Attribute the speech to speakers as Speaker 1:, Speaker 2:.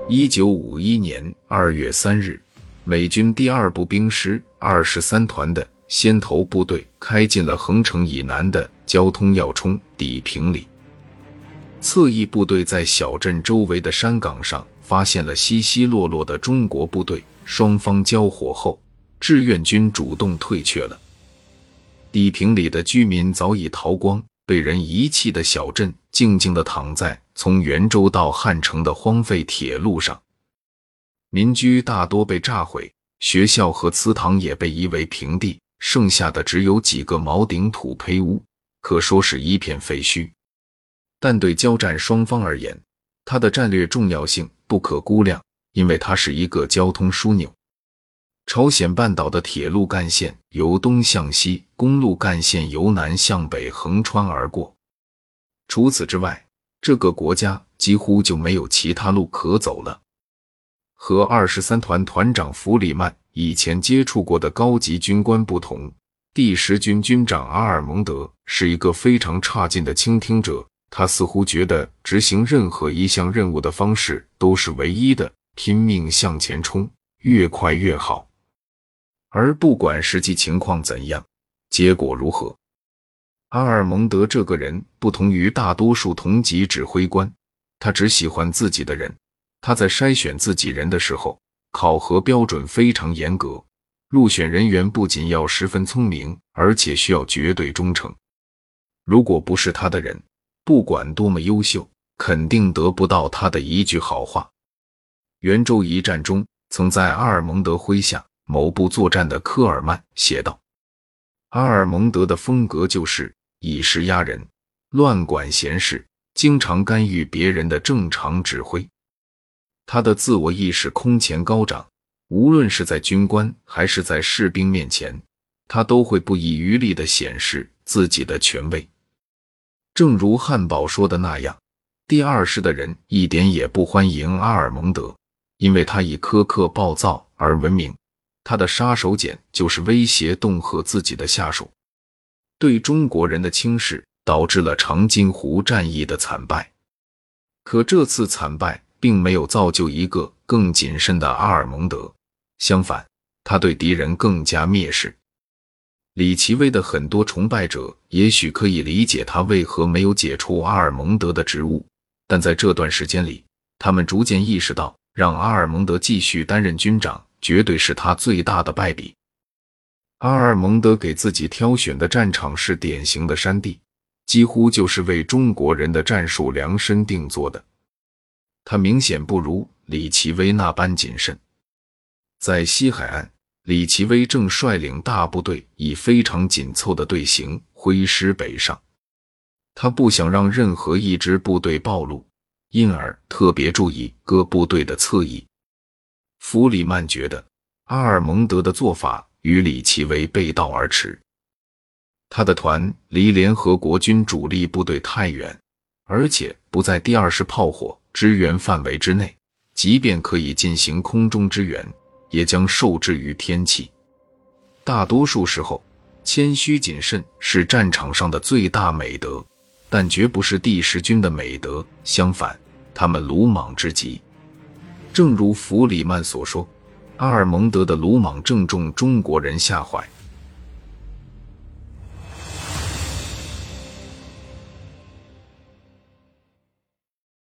Speaker 1: 1951年2月3日，美军第2步兵师23团的先头部队开进了横城以南的交通要冲砥平里。侧翼部队在小镇周围的山岗上发现了稀稀落落的中国部队，双方交火后，志愿军主动退却了。砥平里的居民早已逃光，被人遗弃的小镇静静地躺在从袁州到汉城的荒废铁路上，民居大多被炸毁，学校和祠堂也被夷为平地，剩下的只有几个茅顶土坯屋，可说是一片废墟。但对交战双方而言，它的战略重要性不可估量，因为它是一个交通枢纽。朝鲜半岛的铁路干线由东向西，公路干线由南向北横穿而过。除此之外，这个国家几乎就没有其他路可走了。和23团团长弗里曼以前接触过的高级军官不同，第10军军长阿尔蒙德是一个非常差劲的倾听者，他似乎觉得执行任何一项任务的方式都是唯一的，拼命向前冲，越快越好。而不管实际情况怎样，结果如何，阿尔蒙德这个人不同于大多数同级指挥官，他只喜欢自己的人。他在筛选自己人的时候，考核标准非常严格，入选人员不仅要十分聪明，而且需要绝对忠诚。如果不是他的人，不管多么优秀，肯定得不到他的一句好话。袁州一战中，曾在阿尔蒙德麾下某部作战的科尔曼写道，阿尔蒙德的风格就是以势压人，乱管闲事，经常干预别人的正常指挥。他的自我意识空前高涨，无论是在军官还是在士兵面前，他都会不遗余力地显示自己的权威。正如汉堡说的那样，第2师的人一点也不欢迎阿尔蒙德，因为他以苛刻暴躁而闻名，他的杀手锏就是威胁恫吓自己的下属。对中国人的轻视导致了长津湖战役的惨败，可这次惨败并没有造就一个更谨慎的阿尔蒙德，相反，他对敌人更加蔑视。李奇微的很多崇拜者也许可以理解他为何没有解除阿尔蒙德的职务，但在这段时间里，他们逐渐意识到，让阿尔蒙德继续担任军长绝对是他最大的败笔。阿尔蒙德给自己挑选的战场是典型的山地，几乎就是为中国人的战术量身定做的。他明显不如李奇微那般谨慎。在西海岸，李奇微正率领大部队以非常紧凑的队形挥师北上。他不想让任何一支部队暴露，因而特别注意各部队的侧翼。弗里曼觉得阿尔蒙德的做法与李奇微背道而驰。他的团离联合国军主力部队太远，而且不在第2师炮火支援范围之内，即便可以进行空中支援，也将受制于天气。大多数时候，谦虚谨慎是战场上的最大美德，但绝不是第10军的美德，相反，他们鲁莽至极。正如弗里曼所说，阿尔蒙德的鲁莽正中中国人下怀。